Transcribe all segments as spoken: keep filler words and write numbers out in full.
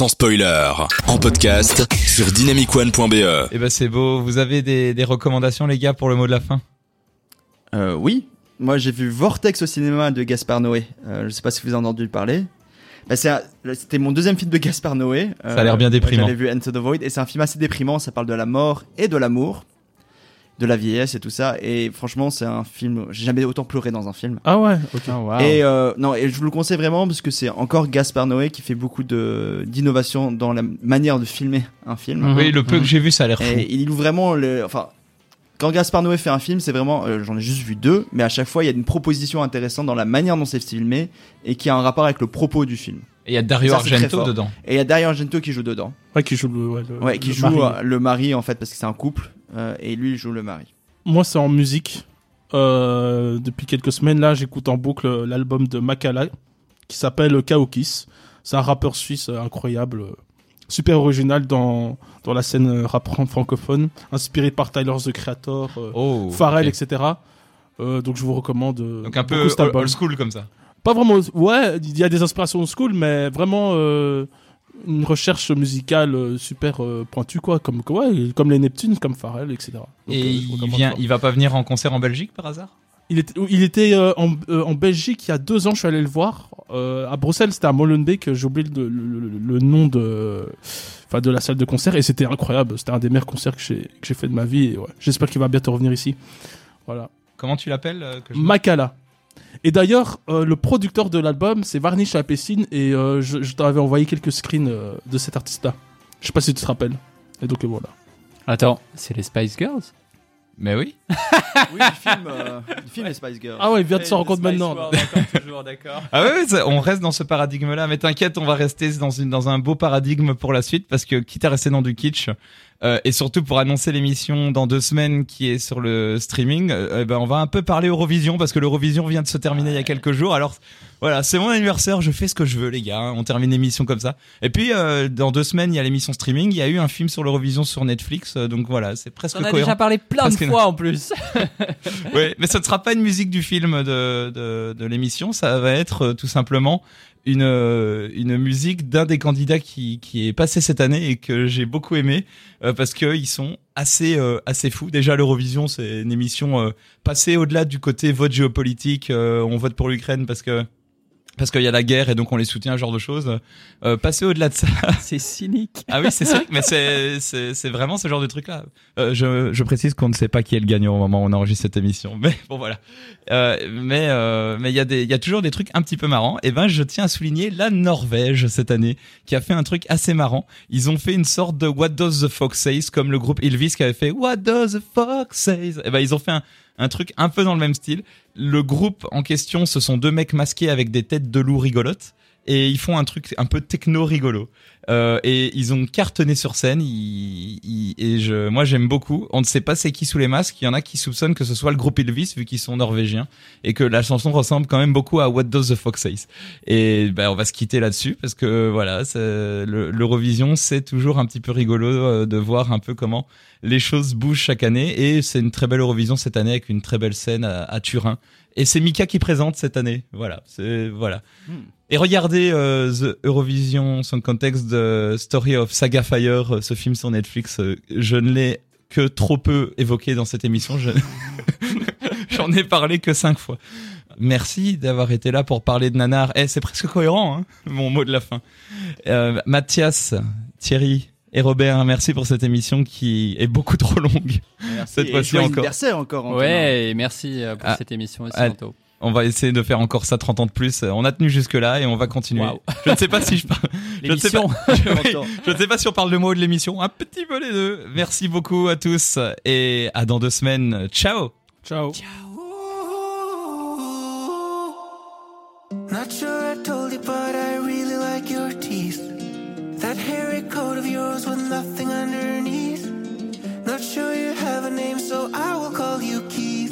sans spoiler, en podcast sur dynamic one point b e. Eh ben c'est beau, vous avez des, des recommandations les gars pour le mot de la fin? Euh, oui, moi j'ai vu Vortex au cinéma de Gaspard Noé, euh, je sais pas si vous en avez entendu parler. Bah, c'est un, c'était mon deuxième film de Gaspard Noé. Ça a l'air bien déprimant. J'avais vu Enter the Void et c'est un film assez déprimant, ça parle de la mort et de l'amour, de la vieillesse et tout ça, et franchement c'est un film, j'ai jamais autant pleuré dans un film. Ah ouais, ok. Oh, wow. Et euh, non, et je vous le conseille vraiment parce que c'est encore Gaspard Noé qui fait beaucoup de d'innovation dans la manière de filmer un film. Mmh. Oui, le peu mmh. que j'ai vu, ça a l'air fou. Et il ouvre vraiment le, enfin, quand Gaspard Noé fait un film, c'est vraiment, euh, j'en ai juste vu deux, mais à chaque fois il y a une proposition intéressante dans la manière dont c'est filmé et qui a un rapport avec le propos du film. Et il y a Dario ça, Argento dedans. Et il y a Dario Argento qui joue dedans. Ouais, qui joue le, ouais, le, ouais, qui le joue mari. le mari en fait parce que c'est un couple euh, et lui il joue le mari. Moi, c'est en musique. Euh, depuis quelques semaines, là, j'écoute en boucle l'album de Makala, qui s'appelle Kaokis. C'est un rappeur suisse incroyable, super original dans, dans la scène rap francophone, inspiré par Tyler, The Creator, euh, oh, Pharrell, okay. et cetera. Euh, donc, je vous recommande. Donc, un peu old school comme ça. Pas vraiment. Ouais, il y a des inspirations old school, mais vraiment. Euh, une recherche musicale euh, super euh, pointue quoi, comme ouais, comme les Neptunes, comme Pharrell, et cetera. Donc, et euh, il vient, il va pas venir en concert en Belgique par hasard? Il était, il était euh, en, euh, en Belgique il y a deux ans. Je suis allé le voir euh, à Bruxelles. C'était à Molenbeek. J'ai oublié le, le, le, le nom de, enfin de la salle de concert et c'était incroyable. C'était un des meilleurs concerts que j'ai que j'ai fait de ma vie. Et ouais, j'espère qu'il va bientôt revenir ici. Voilà. Comment tu l'appelles euh, que je... Makala. Et d'ailleurs, euh, le producteur de l'album, c'est Varnish Apessine, et euh, je, je t'avais envoyé quelques screens euh, de cet artiste-là. Je sais pas si tu te rappelles. Et donc euh, voilà. Attends, c'est les Spice Girls? Mais oui. Oui, du film, euh, du film les Spice Girls. Ah ouais, il vient de s'en rendre compte maintenant. D'accord, toujours d'accord. Ah ouais, ça, on reste dans ce paradigme-là, mais t'inquiète, on va rester dans une dans un beau paradigme pour la suite, parce que quitte à rester dans du kitsch. Euh, et surtout pour annoncer l'émission dans deux semaines qui est sur le streaming, euh, eh ben on va un peu parler Eurovision parce que l'Eurovision vient de se terminer ouais. il y a quelques jours. Alors voilà, c'est mon anniversaire, je fais ce que je veux les gars, hein, on termine l'émission comme ça. Et puis euh, dans deux semaines il y a l'émission streaming, il y a eu un film sur l'Eurovision sur Netflix, euh, donc voilà, c'est presque on a cohérent. déjà parlé plein parce de que... fois en plus. Oui, mais ça ne sera pas une musique du film de de, de l'émission, ça va être euh, tout simplement une une musique d'un des candidats qui qui est passé cette année et que j'ai beaucoup aimé euh, parce que ils sont assez euh, assez fous. Déjà l'Eurovision, c'est une émission euh, passée au-delà du côté vote géopolitique, euh, on vote pour l'Ukraine parce que parce qu'il y a la guerre et donc on les soutient, ce genre de choses. Euh, passer au-delà de ça. C'est cynique. Ah oui, c'est cynique, mais c'est, c'est, c'est vraiment ce genre de truc-là. Euh, je, je précise qu'on ne sait pas qui est le gagnant au moment où on enregistre cette émission. Mais bon, voilà. Euh, mais, euh, mais il y a des, il y a toujours des trucs un petit peu marrants. Et ben, je tiens à souligner la Norvège cette année, qui a fait un truc assez marrant. Ils ont fait une sorte de What Does the Fox Says, comme le groupe Ylvis qui avait fait What Does the Fox Says. Et ben, ils ont fait un, un truc un peu dans le même style. Le groupe en question, ce sont deux mecs masqués avec des têtes de loups rigolotes et ils font un truc un peu techno rigolo. Euh, et ils ont cartonné sur scène. Ils, ils, et je, moi, j'aime beaucoup. On ne sait pas c'est qui sous les masques. Il y en a qui soupçonnent que ce soit le groupe Ylvis vu qu'ils sont norvégiens et que la chanson ressemble quand même beaucoup à What Does the Fox Says. Et ben, on va se quitter là-dessus parce que voilà, c'est, le, l'Eurovision, c'est toujours un petit peu rigolo de voir un peu comment les choses bougent chaque année et c'est une très belle Eurovision cette année avec une très belle scène à, à Turin. Et c'est Mika qui présente cette année. Voilà, c'est voilà. Hmm. Et regardez euh, The Eurovision Song Contest de Story of Saga Fire, ce film sur Netflix. Je ne l'ai que trop peu évoqué dans cette émission. Je... J'en ai parlé que cinq fois. Merci d'avoir été là pour parler de Nanar. Eh, c'est presque cohérent, hein, mon mot de la fin. Euh, Mathias, Thierry et Robert, merci pour cette émission qui est beaucoup trop longue. Merci. Cette et fois-ci encore. anniversaire encore. En ouais, et merci pour ah, cette émission aussi, ah, Anto. On va essayer de faire encore ça trente ans de plus. On a tenu jusque là et on va continuer. Wow. Je ne sais pas si je parle. Je ne sais pas. Je, oui, je ne sais pas si on parle de moi ou de l'émission. Un petit peu les deux. Merci beaucoup à tous et à dans deux semaines. Ciao. Ciao. Ciao. Not sure I told you, but I really like your teeth. That hairy coat of yours with nothing underneath. Not sure you have a name, so I will call you Keith.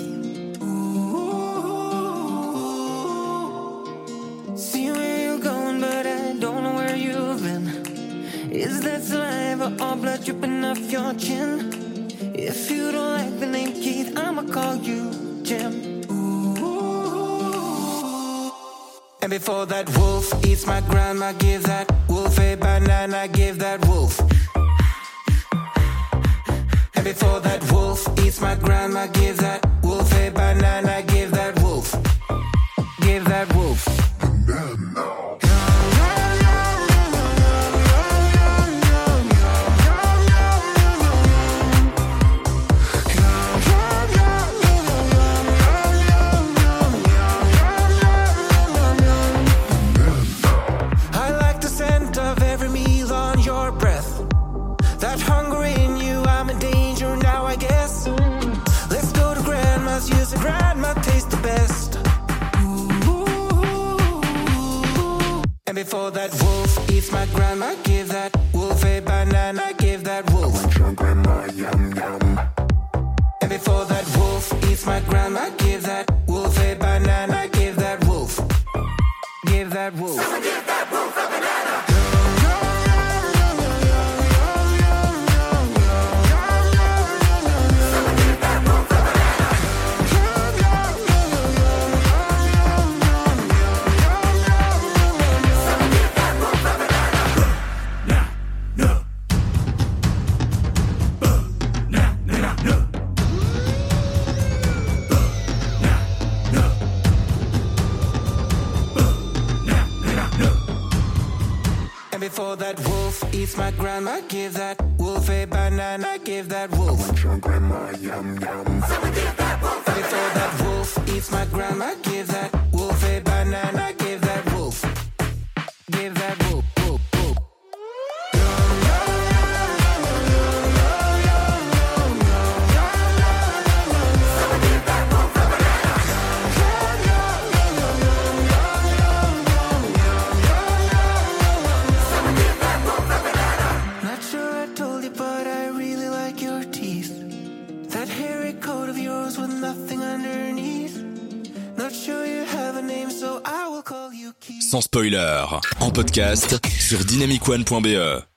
See where you're going, but I don't know where you've been. Is that saliva or blood dripping off your chin? If you don't like the name Keith, I'ma call you Jim. And before that wolf eats my grandma, give that wolf a a banana, give that wolf. And before that wolf eats my grandma, give that wolf a banana, give that wolf. Give that wolf. I like the scent of every meal on your breath. That hunger in you, I'm in danger now, I guess. Let's go to grandma's, use a grandma taste the best. And before that wolf eats my grandma, give that wolf a banana, give that wolf. I want your grandma, yum yum. And before that wolf eats my grandma, give that wolf a banana, give that wolf. Give that wolf. Someone give that wolf a banana. Before that wolf eats my grandma, give that wolf a banana, give that wolf. I want your grandma, yum yum. Someone give that wolf a banana. Before that wolf eats my grandma, give that wolf a banana, give that wolf. Give that wolf, wolf, wolf. Someone give that wolf a banana. Not sure I told you, but I really like your teeth. That hairy coat of yours with nothing underneath. Not sure you have a name, so I will call you Keith. Sans spoiler, en podcast sur dynamic one point b e.